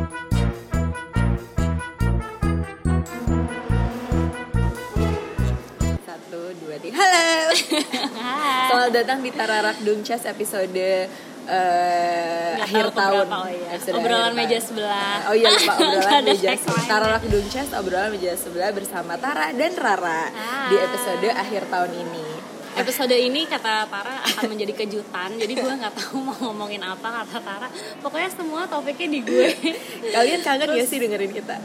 Halo. Selamat datang di Tararak Dumcast episode akhir tahun. Obrolan meja sebelah. Oh iya, lupa obrolan meja sebelah. Tararak Dumcast obrolan meja sebelah bersama Tara dan Rara di episode akhir tahun ini. Episode ini kata Tara akan menjadi kejutan. Jadi gue nggak tahu mau ngomongin apa, kata Tara. Pokoknya semua topiknya di gue. Kalian kangen gak sih dengerin kita?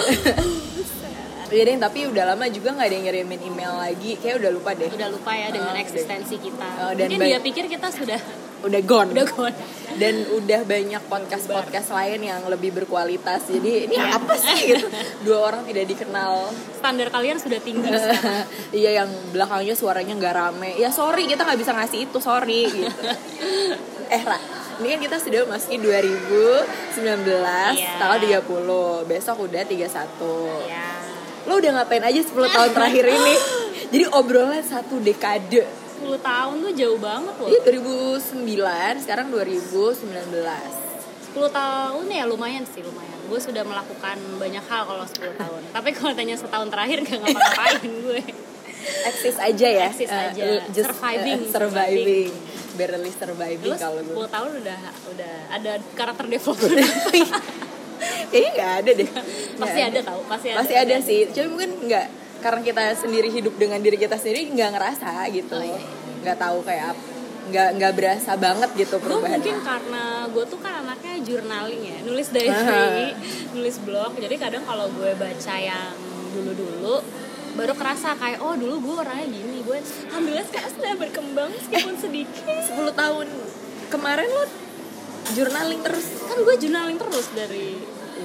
Iya deh, tapi udah lama juga gak ada yang ngirimin email lagi. Kayak udah lupa deh. Udah lupa ya dengan eksistensi kita. Dan mungkin dia pikir kita udah gone. Dan udah banyak podcast lain yang lebih berkualitas. Jadi ini apa sih gitu. Dua orang tidak dikenal. Standar kalian sudah tinggi sekarang. Iya, yang belakangnya suaranya gak rame. Ya sorry, kita gak bisa ngasih itu, sorry gitu. Ra, ini kan kita sudah masuki 2019 tanggal 30. Besok udah 31. Iya. Lo udah ngapain aja 10 tahun terakhir ini? Jadi obrolan 1 dekade. 10 tahun tuh jauh banget loh. Iya, 2009, sekarang 2019. 10 tahun ya lumayan. Gue sudah melakukan banyak hal kalau 10 tahun. Tapi kalau tanya setahun terakhir gak ngapa-ngapain gue. Eksis aja ya. Just surviving. Barely surviving kalau gue. 10 tahun udah ada karakter development. Kayaknya nggak ada deh. Pasti ada sih. Cuma mungkin nggak, karena kita sendiri hidup dengan diri kita sendiri nggak ngerasa gitu. Nggak tahu kayak apa, nggak berasa banget gitu perubahannya. Mungkin karena gue tuh kan anaknya journaling ya, nulis diary, nulis blog. Jadi kadang kalau gue baca yang dulu baru kerasa kayak dulu gue orangnya gini. Gue alhamdulillah sekarang sudah berkembang meskipun sedikit. 10 tahun kemarin lo journaling terus? Kan gue journaling terus dari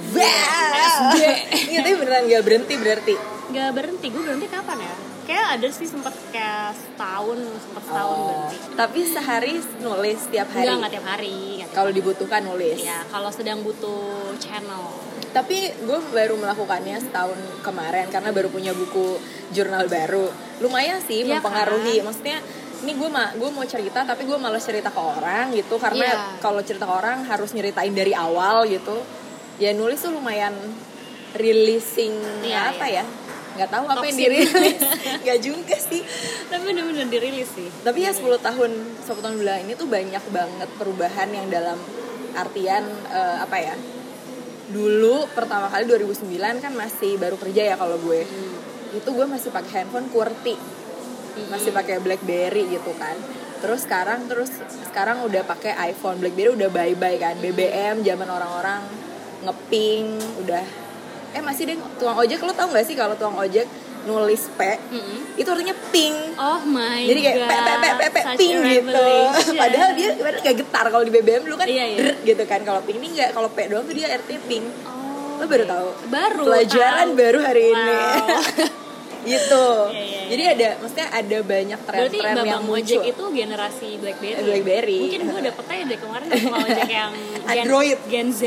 SD. Iya, tapi beneran gak berhenti berarti? Gak berhenti, gue berhenti kapan ya? Kayak ada sih sempet setahun berhenti. Tapi sehari nulis tiap hari? Enggak tiap hari. Kalau dibutuhkan nulis? Ya, kalau sedang butuh channel. Tapi gue baru melakukannya setahun kemarin karena baru punya buku jurnal baru. Lumayan sih mempengaruhi, kan? Maksudnya ini gue mau cerita tapi gue malas cerita ke orang gitu, karena kalau cerita ke orang harus nyeritain dari awal gitu. Ya nulis tuh lumayan releasing ya. Nggak tahu apa yang dirilis. Nggak juga sih, tapi bener-bener dirilis sih. Tapi ya 10 tahun belakangan ini tuh banyak banget perubahan yang dalam artian dulu pertama kali 2009 kan masih baru kerja ya kalau gue. Itu gue masih pakai handphone QWERTY. Masih pakai BlackBerry gitu kan. Terus sekarang udah pakai iPhone. BlackBerry udah bye-bye kan. BBM zaman orang-orang ngeping udah. Masih deh tukang ojek, lo tau gak sih kalau tukang ojek nulis P itu artinya ping. Oh my god. Jadi kayak P ping gitu. Padahal dia gak getar. Kalau di BBM dulu kan gitu kan. Kalau ping ini gak, kalau P doang tuh dia artinya ping. Lo baru tahu? Pelajaran baru hari ini. Gitu. Jadi ada banyak tren-tren yang muncul. Berarti ojek itu generasi BlackBerry. Mungkin gue dapetnya dari kemarin sama ojek yang Android, Gen Z.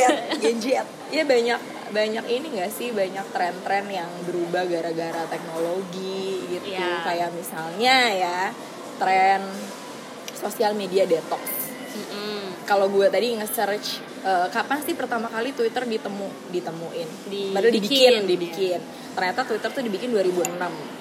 Iya, banyak ini nggak sih, banyak tren-tren yang berubah gara-gara teknologi gitu. Kayak misalnya ya tren sosial media detox. Kalau gue tadi nge-search kapan sih pertama kali Twitter ditemuin? Baru dibikin. Ternyata Twitter tuh dibikin 2006.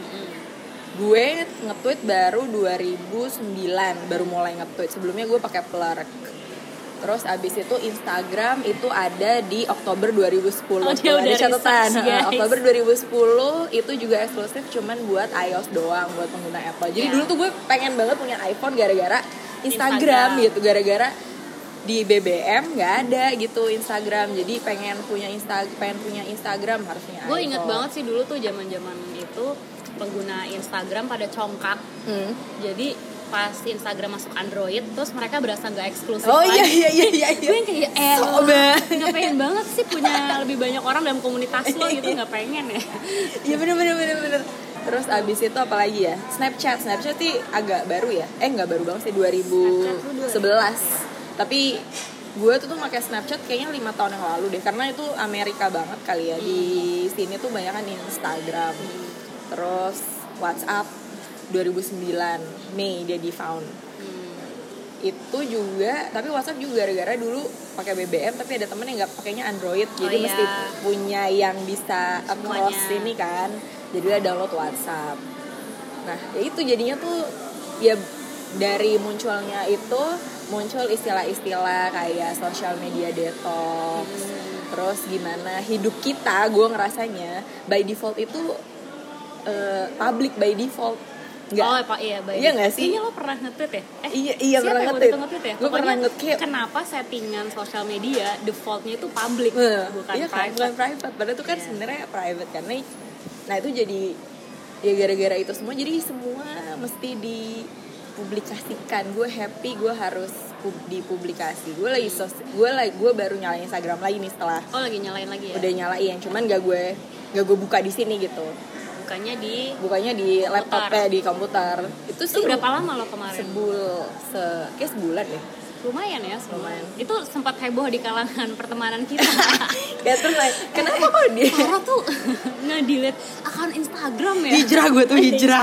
Gue nge-tweet baru 2009, baru mulai nge-tweet. Sebelumnya gue pakai Plurk. Terus abis itu Instagram itu ada di Oktober 2010. Ada catatan. Oktober 2010 itu juga eksklusif cuman buat iOS doang, buat pengguna Apple. Jadi dulu tuh gue pengen banget punya iPhone gara-gara Instagram gitu, gara-gara di BBM nggak ada gitu Instagram, jadi pengen punya Instagram harus punya iPhone. Gue inget banget sih dulu tuh zaman itu pengguna Instagram pada congkak. Jadi pas Instagram masuk Android, terus mereka berasa nggak eksklusif lagi. Iya. Gue yang kayak nggak pengen banget sih punya lebih banyak orang dalam komunitas lo gitu, nggak pengen ya. Iya bener. Terus abis itu apa lagi ya? Snapchat sih agak baru ya? Nggak baru banget sih, 2011. Tapi gue tuh pakai Snapchat kayaknya 5 tahun yang lalu deh, karena itu Amerika banget kali ya. Di sini tuh banyak kan Instagram. Terus WhatsApp 2009 Mei dia di found. itu juga, tapi WhatsApp juga gara-gara dulu pakai BBM tapi ada temen yang nggak pakainya Android, jadi mesti punya yang bisa across ini kan, jadi udah download WhatsApp. Nah ya itu jadinya tuh ya dari munculnya itu muncul istilah-istilah kayak social media detox, terus gimana hidup kita, gue ngerasanya by default itu public by default. Enggak. Iya baik. Iya nggak sih? Kayaknya lo pernah nge-tweet ya? Iya pernah nge-tweet. Gue pernah nge-tweet. Kenapa settingan sosial media defaultnya itu public, bukan iya, private? Bukan private. Padahal itu kan sebenarnya private kan. Nah itu jadi ya gara-gara itu semua jadi semua mesti dipublikasikan. Gue happy gue harus dipublikasi. Gue baru nyalain Instagram lagi nih setelah. Oh lagi nyalain lagi ya? Udah nyalain, cuman gak gue buka di sini gitu. Bukanya di laptop di komputer. Itu sih berapa lama lo kemarin? Kayak sebulan deh. Lumayan ya, lumayan. Itu sempat heboh di kalangan pertemanan kita. Ya terus kenapa kok dia Sarah tuh nge-delete akun Instagram ya? Hijrah gue tuh hijrah.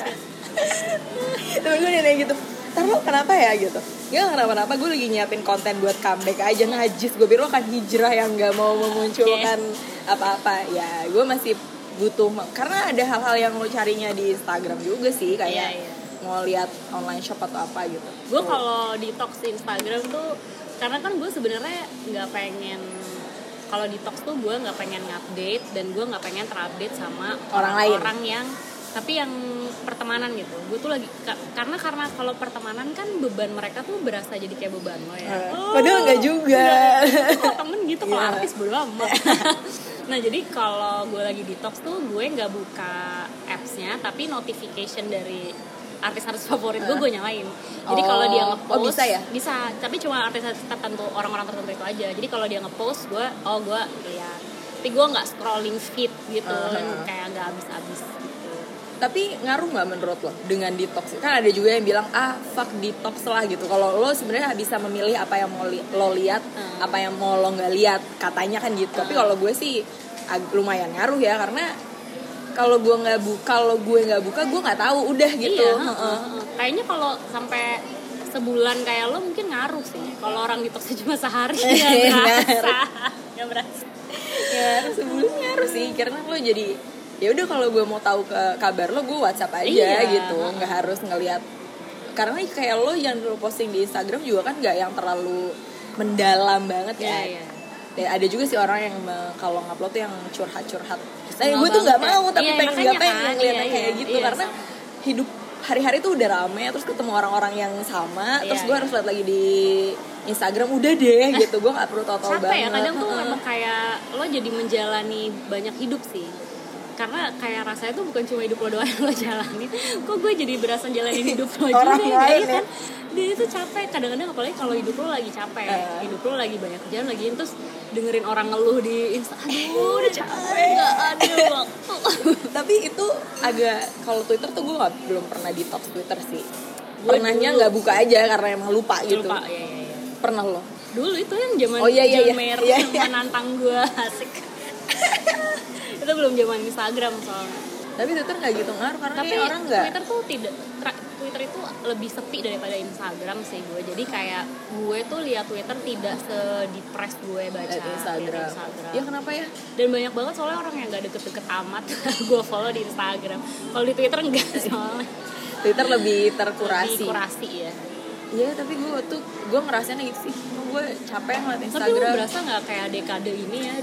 Temen gue nanya gitu, ntar lo kenapa ya gitu. Ya kenapa-napa, gue lagi nyiapin konten buat comeback aja. Najis, gue pikir lo kan hijrah yang gak mau memunculkan apa-apa. Ya gue masih butuh, karena ada hal-hal yang lo carinya di Instagram juga sih, kayak mau lihat online shop atau apa gitu. Gue kalau detox di Instagram tuh karena kan gue sebenarnya nggak pengen, kalau detox tuh gue nggak pengen ngupdate dan gue nggak pengen terupdate sama orang yang tapi yang pertemanan gitu. Gue tuh lagi karena kalau pertemanan kan beban mereka tuh berasa jadi kayak beban lo ya. Padahal nggak juga. Kalau temen gitu, kalau artis bodo amat. Nah jadi kalau gue lagi detox tuh gue nggak buka appsnya, tapi notification dari artis-artis favorit gue nyalain. Jadi kalau dia ngepost, bisa, tapi cuma artis-artis tertentu, orang-orang tertentu itu aja. Jadi kalau dia ngepost, gue lihat. Tapi gue nggak scrolling feed gitu, kayak nggak habis-habis gitu. Tapi ngaruh nggak menurut lo dengan detox? Kan ada juga yang bilang fuck detox lah gitu. Kalau lo sebenarnya bisa memilih apa yang mau lo lihat, apa yang mau lo nggak lihat, katanya kan gitu. Tapi kalau gue sih lumayan ngaruh ya, karena kalau gue nggak buka, gue nggak tahu udah gitu. Kayaknya kalau sampai sebulan kayak lo mungkin ngaruh sih. Kalau orang detox cuma sehari nggak berasa. Ya sebulan ngaruh sih, karena lo jadi ya udah, kalau gue mau tahu kabar lo, gue WhatsApp aja gitu, nggak harus ngelihat. Karena kayak lo yang lo posting di Instagram juga kan nggak yang terlalu mendalam banget ya. Ya, ada juga sih orang yang kalau ngupload tuh yang curhat-curhat. Nah, gue tuh nggak mau, tapi pengen ngeliat kayak gitu, karena hidup hari-hari tuh udah rame, terus ketemu orang-orang yang sama, terus gue harus lihat lagi di Instagram, udah deh gitu, gue nggak perlu tahu-tahu banget. Capek ya, kadang tuh memang kayak lo jadi menjalani banyak hidup sih. Karena kayak rasanya tuh bukan cuma hidup lo doang yang lo jalanin, kok gue jadi berasa jalanin hidup lo juga lain kan. Dia itu capek kadang-kadang, apalagi kalau hidup lo lagi capek, hidup lo lagi banyak kerjaan lagi, terus dengerin orang ngeluh di Instagram, udah capek, nggak ada waktu. Tapi itu agak, kalau Twitter tuh gue belum pernah detox Twitter sih. Pernahnya nggak buka aja karena emang lupa gitu. Iya. Pernah lo? Dulu itu yang zaman merah yang menantang gue, asik. Itu belum zaman Instagram soalnya. Tapi Twitter nggak gitu ngaruh, karena orang nggak. Twitter itu lebih sepi daripada Instagram sih gue. Jadi kayak gue tuh lihat Twitter tidak sedepres gue baca Instagram. Ya kenapa ya? Dan banyak banget soalnya orang yang nggak deket-deket amat gue follow di Instagram. Kalau di Twitter enggak soalnya. Twitter lebih terkurasi. Lebih kurasi ya. Iya, tapi gue ngerasain gitu sih. Gue capek ngeliat Instagram. Tapi lo berasa nggak kayak dekade ini ya,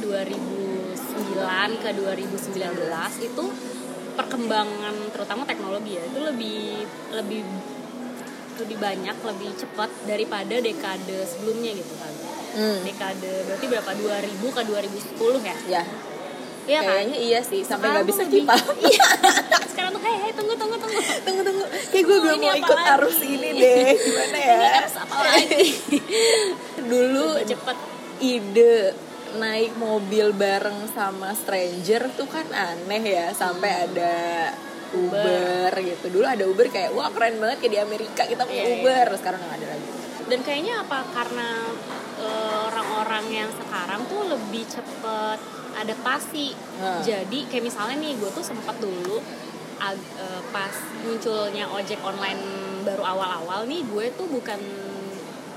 2009 ke 2019 itu perkembangan terutama teknologi ya, itu lebih banyak, lebih cepat daripada dekade sebelumnya gitu kan. Dekade berarti berapa, 2000 ke 2010 ya? Ya. Iya kayaknya kan? Iya sih, sampai nggak bisa keep up. Sekarang tuh tunggu. Kayak gue belum mau ikut arus ini deh, gimana ya? Ini arus apa lagi? Dulu cepet ide naik mobil bareng sama stranger tuh kan aneh ya, sampai ada Uber gitu. Dulu ada Uber kayak wah keren banget, kayak di Amerika kita punya Uber. Sekarang nggak ada lagi. Dan kayaknya apa karena orang-orang yang sekarang tuh lebih cepet adaptasi. Jadi kayak misalnya nih, gue tuh sempat dulu pas munculnya ojek online baru awal-awal nih, gue tuh bukan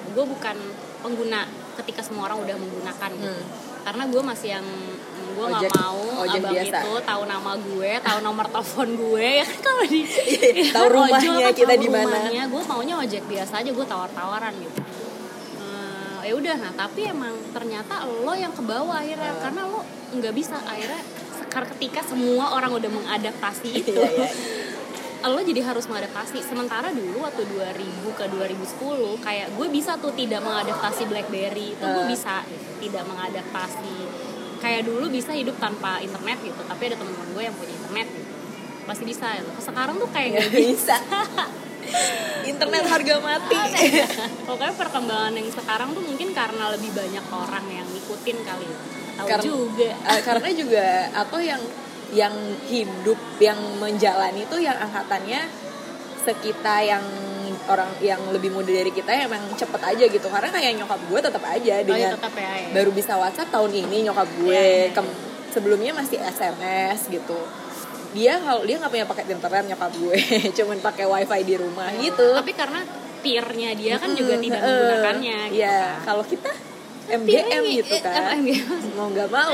gue bukan pengguna ketika semua orang udah menggunakan gitu. Karena gue masih yang gue nggak mau abang biasa itu tahu nama gue, tahu nomor telepon gue ya kan, kalau di tahu rumahnya kita di mana. Gue maunya ojek biasa aja, gue tawar-tawaran gitu. Ya udah, nah tapi emang ternyata lo yang ke bawah akhirnya karena lo nggak bisa akhirnya ketika semua orang udah mengadaptasi itu. Lo jadi harus mengadaptasi. Sementara dulu waktu 2000 ke 2010 kayak gue bisa tuh tidak mengadaptasi BlackBerry itu gue bisa tidak mengadaptasi. Kayak dulu bisa hidup tanpa internet gitu, tapi ada teman-teman gue yang punya internet gitu, pasti bisa ya. Sekarang tuh kayak gak bisa. Internet harga mati. Pokoknya perkembangan yang sekarang tuh mungkin karena lebih banyak orang yang ngikutin kali. Tahu juga. Karena juga atau yang hidup, yang menjalani tuh yang angkatannya sekitar yang orang yang lebih muda dari kita yang emang cepet aja gitu. Karena kayak nyokap gue tetap aja dengan tetap ya. Baru bisa WhatsApp tahun ini nyokap gue. Sebelumnya masih SMS gitu. Dia nggak punya paket internet nyokap gue, cuman pakai wifi di rumah gitu. Tapi karena peer-nya dia kan juga tidak menggunakannya gitu. Iya, kalau kita MGM gitu kan, mau nggak mau.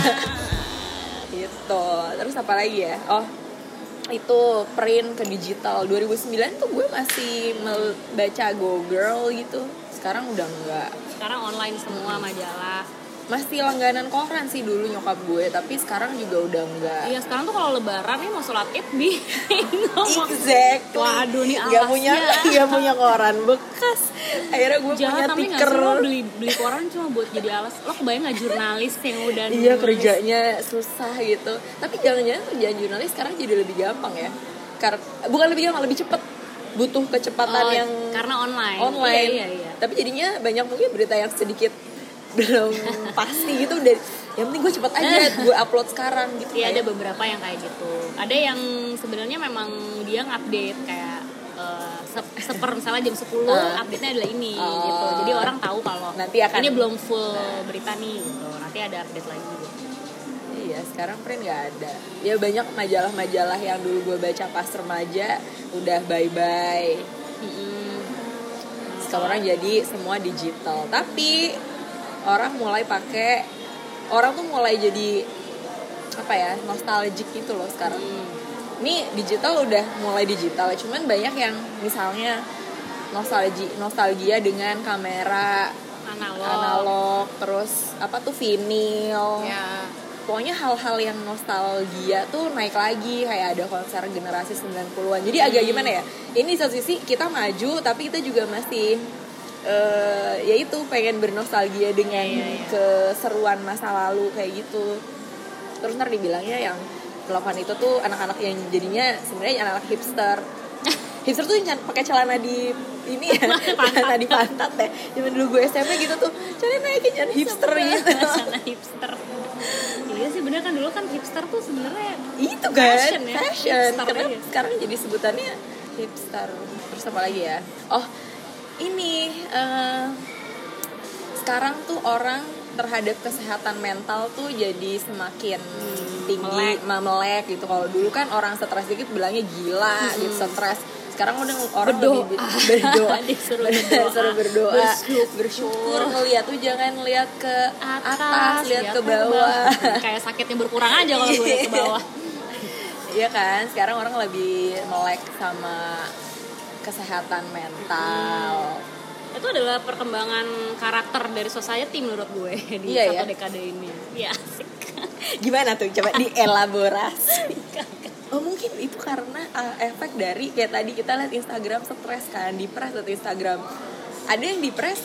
Gitu. Terus apa lagi ya? Oh, itu print ke digital. 2009 tuh gue masih baca Go Girl gitu. Sekarang udah enggak. Sekarang online semua majalah. Masih langganan koran sih dulu nyokap gue, tapi sekarang juga udah enggak. Iya, sekarang tuh kalau lebaran nih mau sholat id bingung. Exactly. Waduh nih alasnya. Gak punya koran bekas. Akhirnya gue punya tiker. Lo beli koran cuma buat jadi alas. Lo kebayang gak jurnalis yang udah Iya, kerjanya susah gitu. Tapi jangan-jangan kerjaan jurnalis sekarang jadi lebih gampang ya. Bukan lebih gampang, lebih cepet. Butuh kecepatan yang karena online. Iya. Tapi jadinya banyak mungkin berita yang sedikit belum pasti gitu, udah yang penting gue cepet aja gue upload sekarang gitu. Iya, ada beberapa yang kayak gitu. Ada yang sebenarnya memang dia ngupdate kayak misalnya jam 10 update-nya adalah ini gitu. Jadi orang tahu kalau nanti ini belum full berita nih gitu. Nanti ada update lagi gitu. Iya, sekarang print nggak ada. Ya banyak majalah-majalah yang dulu gue baca pas remaja udah bye-bye. Sekarang jadi semua digital. Tapi orang tuh mulai jadi apa ya, nostalgic gitu loh sekarang. Ini digital udah mulai digital, cuman banyak yang misalnya nostalgia dengan kamera analog terus apa tuh vinil. Ya. Pokoknya hal-hal yang nostalgia tuh naik lagi, kayak ada konser generasi 90-an. Jadi agak gimana ya? Ini di satu sisi kita maju, tapi kita juga masih yaitu pengen bernostalgia dengan keseruan masa lalu kayak gitu. Terus ntar dibilangnya yang melakukan itu tuh anak-anak yang jadinya sebenarnya anak-anak hipster. Hipster tuh yang pakai celana di ini ya, celana di pantat ya. Zaman dulu gue SMP gitu tuh, celana naikin jangan hipster gitu. Celana hipster. Iya sih bener kan, dulu kan hipster tuh sebenarnya itu kan fashion. Karena sekarang jadi sebutannya hipster. Terus apa lagi ya? Oh, ini sekarang tuh orang terhadap kesehatan mental tuh jadi semakin tinggi, melek gitu. Kalau dulu kan orang stres dikit bilangnya gila gitu, stres. Sekarang udah orang lebih berdoa, disuruh berdoa, bersyukur, ngeliat tuh jangan lihat ke atas, lihat ke bawah. Kayak sakitnya berkurang aja kalau gue lihat ke bawah. Iya kan, sekarang orang lebih melek sama kesehatan mental. Itu adalah perkembangan karakter dari society menurut gue di satu dekade ini. Iya, asik. Gimana tuh? Coba dielaborasi. Oh, mungkin itu karena efek dari kayak tadi kita lihat Instagram stres kan, depres lihat Instagram. Ada yang depres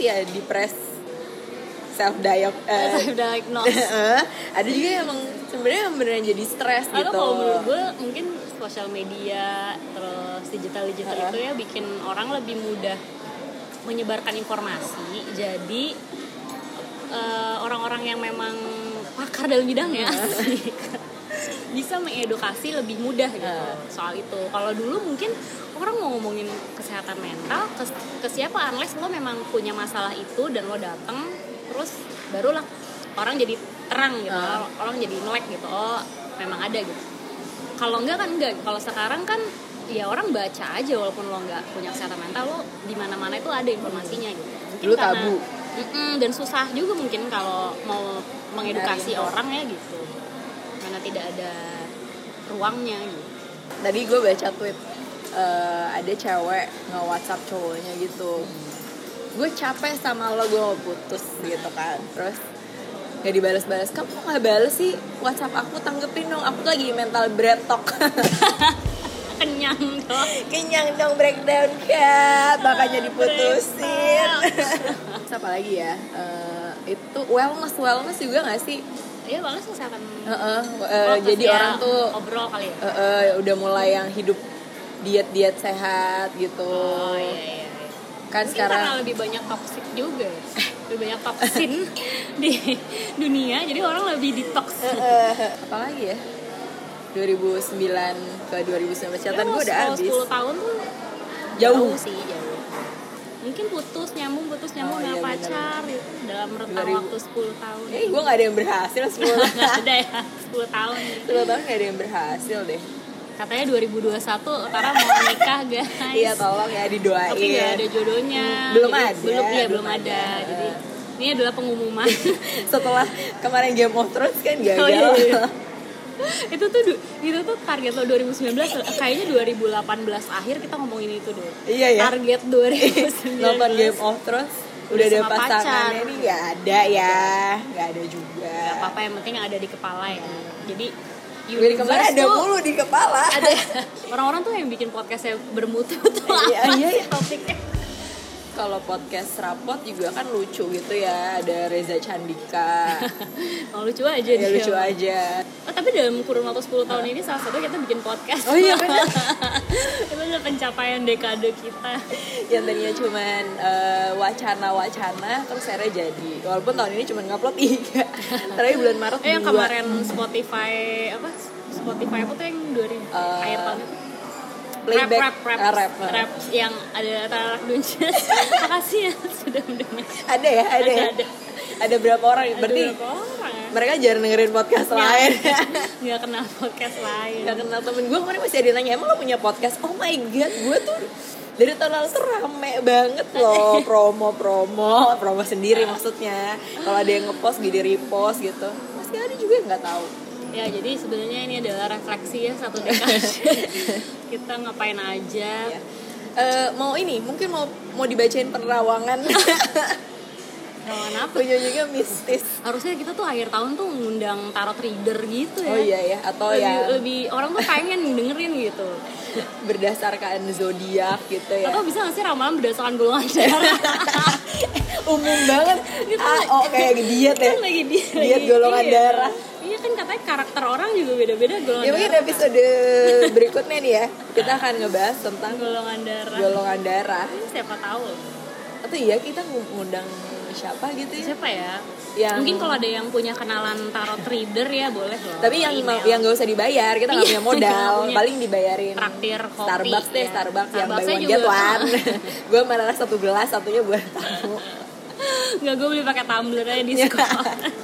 self-diagnose. Ada juga yang sebenarnya beneran jadi stres gitu. Kalau menurut gue mungkin sosial media terus digital itu ya bikin orang lebih mudah menyebarkan informasi. Jadi orang-orang yang memang pakar dalam bidangnya bisa mengedukasi lebih mudah gitu soal itu. Kalau dulu mungkin orang mau ngomongin kesehatan mental ke siapa, unless lo memang punya masalah itu dan lo datang, terus barulah orang jadi terang gitu, orang jadi melek gitu, oh memang ada gitu. Kalau enggak kan enggak. Kalau sekarang kan ya orang baca aja walaupun lo nggak punya kesehatan mental, lo di mana-mana itu ada informasinya gitu. Mungkin dulu tabu dan susah juga mungkin kalau mau mengedukasi orang ya gitu, karena tidak ada ruangnya gitu. Tadi gue baca tweet ada cewek nge-WhatsApp cowoknya gitu, gue capek sama lo, gue mau putus gitu kan, terus gak dibalas-balas, kamu kok gak balas sih WhatsApp aku, tanggepin dong, aku tuh lagi mental breakdown. kenyang dong breakdown kan, makanya diputusin. Apa lagi ya, itu wellness juga gak sih? Iya, wellness kesehatan. Jadi orang tuh obrol kali ya. Udah mulai yang hidup diet sehat gitu. Oh iya. Kan mungkin sekarang karena lebih banyak toksik juga ya. Lebih banyak toksin di dunia, jadi orang lebih detox. Apalagi ya, 2009 ke 2019 catatan gue udah habis. 10 tahun tuh jauh sih. Mungkin putus nyambung iya, pacar gitu, dalam rentang waktu 10 tahun. Gue gak ada yang berhasil 10 tahun. Gak ada ya, 10 tahun. 10 tahun gak ada yang berhasil deh. Katanya 2021 Tara mau nikah guys. Iya, tolong ya didoain. Tapi gak ada jodohnya. Belum ada. Belum ada. Jadi ini adalah pengumuman. Setelah kemarin Game of Thrones kan gagal. Oh, iya. itu tuh target lo 2019, kayaknya 2018 akhir kita ngomongin itu deh. Iya ya. Target 2019. Nonton Game of Thrones udah ada pasangannya ini nggak ada ya, nggak ada juga. Gak apa-apa, yang penting yang ada di kepala ya. Jadi dari kemarin ada mulu di kepala. Ada orang-orang tuh yang bikin podcastnya bermutu tuh iya. topiknya. Kalau podcast rapot juga kan lucu gitu ya, ada Reza Candika. Lucu aja ya, dia. Lucu aja. Tapi dalam kurun waktu 10 tahun ini salah satu kita bikin podcast. Oh iya benar. Itu adalah pencapaian dekade kita. Yang tadinya cuman wacana terus akhirnya jadi. Walaupun tahun ini cuman ngupload 3. Tapi bulan Maret yang kemarin Spotify apa tuh yang 2000 akhir tahun itu. Playback rap yang ada Tarak Dunces. Makasih ya sudah mendengar. Ada ya. Ada berapa orang? Berarti mereka jarang dengerin podcast lain. Nggak kenal podcast lain. Nggak kenal temen gue. Kemarin masih ada yang nanya, emang lo punya podcast? Oh my god, gue tuh dari tahun lalu tuh rame banget loh. Promo sendiri maksudnya. Kalau ada yang ngepost jadi repost gitu. Masih ada juga yang nggak tahu. Ya, jadi sebenarnya ini adalah refleksi ya satu dekade. Kita ngapain aja. Mungkin mau dibacain penerawangan. Perawan apa? Ujung-ujungnya mistis. Harusnya kita tuh akhir tahun tuh ngundang tarot reader gitu ya. Oh iya ya, atau lebih orang tuh pengen dengerin gitu. Berdasarkan zodiak gitu ya. Atau bisa nggak sih ramalan berdasarkan golongan darah? Umum banget. Kayak diet ya. Kan lagi diet golongan darah. Iya kan katanya karakter orang juga beda-beda golongan darah. Ya mungkin episode berikutnya nih ya, kita akan ngebahas tentang golongan darah. Siapa tahu. Atau iya kita ngundang siapa gitu ya? Siapa ya? Mungkin kalau ada yang punya kenalan tarot reader ya boleh loh. Tapi yang nggak usah dibayar, kita nggak punya modal, paling dibayarin. Traktir kopi. Starbucks yang buy one get one. Gue malah 1 gelas, satunya buat tamu. Nggak, gue beli pakai tumbler aja di sekolah.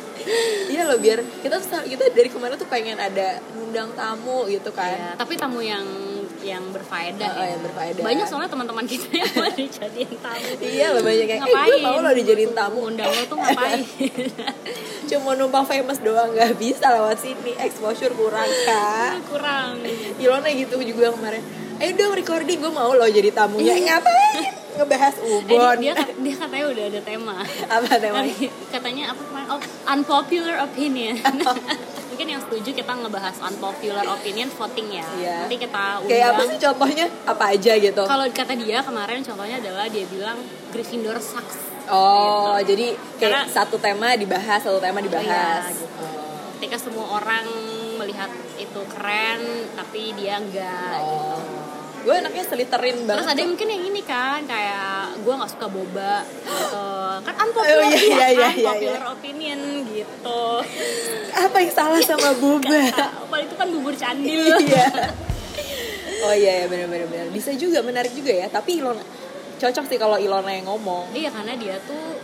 Iya loh, biar kita dari kemarin tuh pengen ada ngundang tamu gitu kan. Iya, tapi tamu yang berfaedah yang berfaedah. Banyak soalnya teman-teman kita yang mau dijadiin tamu. Iya loh, banyak yang gue mau lo dijadiin tamu. Undang lo tuh ngapain? Cuma numpang famous doang, nggak bisa lewat sini, exposure kurang kan. Kurang. Ilona gitu juga kemarin, ayo dong recording, gue mau lo jadi tamunya. Ngapain? Ngebahas ubon. Dia katanya udah ada tema. Apa temanya? Katanya apa kemarin? Unpopular opinion. Mungkin yang setuju kita ngebahas unpopular opinion voting ya. Iya. Nanti kita undang. Kayak apa sih contohnya? Apa aja gitu? Kalau kata dia kemarin contohnya adalah dia bilang Gryffindor sucks. Oh, gitu. Jadi kayak karena satu tema dibahas. Iya, gitu. Ketika semua orang melihat itu keren, tapi dia enggak gitu. Gue anaknya seliterin banget. Terus ada mungkin yang ini kan, kayak gue nggak suka boba gitu. Kan unpopular opinion gitu. Apa yang salah sama boba? Itu kan bubur candil. Iya. Oh iya, benar. Bisa juga, menarik juga ya. Tapi Ilona cocok sih kalau Ilona yang ngomong. Iya, karena dia tuh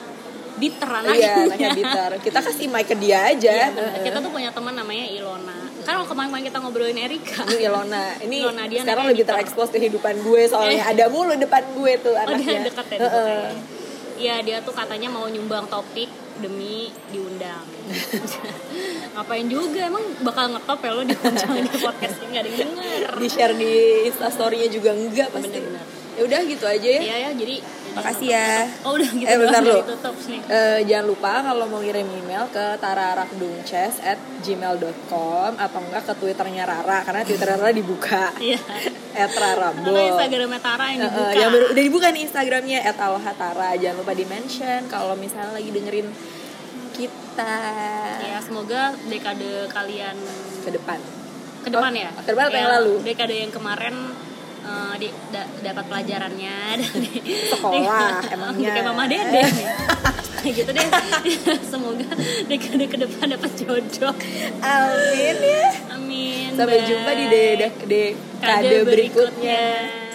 bitter anaknya. Iya, anaknya bitter. Kita kasih mic ke dia aja. Iya, kita tuh punya teman namanya Ilona. Kan kemarin kita ngobrolin Erika. Ini Ilona. Ini Ilona, dia sekarang anaknya lebih editor. terekspos kehidupan gue soalnya ada mulu depan gue tuh Oh, anaknya. dia dekat ya kayaknya. Iya, dia tuh katanya mau nyumbang topik demi diundang. Ngapain juga, emang bakal ngetop ya lo diundang di podcastnya, nggak ada yang denger. Di share di Instastory-nya juga enggak pasti. Bener-bener. Ya udah gitu aja ya. Iya ya, jadi Makasih ya. Oh udah gitu bentar doang, lu. ditutup nih. Jangan lupa kalau mau ngirim email ke tararakdungces@gmail.com atau enggak ke Twitternya Rara karena Twitter Rara dibuka. Iya. @rarabol. Karena Instagramnya Tara yang dibuka. Yang baru udah dibuka nih Instagramnya @alohatara. Jangan lupa di mention kalau misalnya lagi dengerin kita. Ya semoga dekade kalian Ke depan. ke depan ya. Ke depan atau yang lalu? Dekade yang kemarin dapat pelajarannya dari Sekolah emangnya. kayak Mama Dede kayak gitu deh. Semoga dekade ke depan dapat jodoh. Amin ya. Amin. Sampai Bye. jumpa di dekade berikutnya.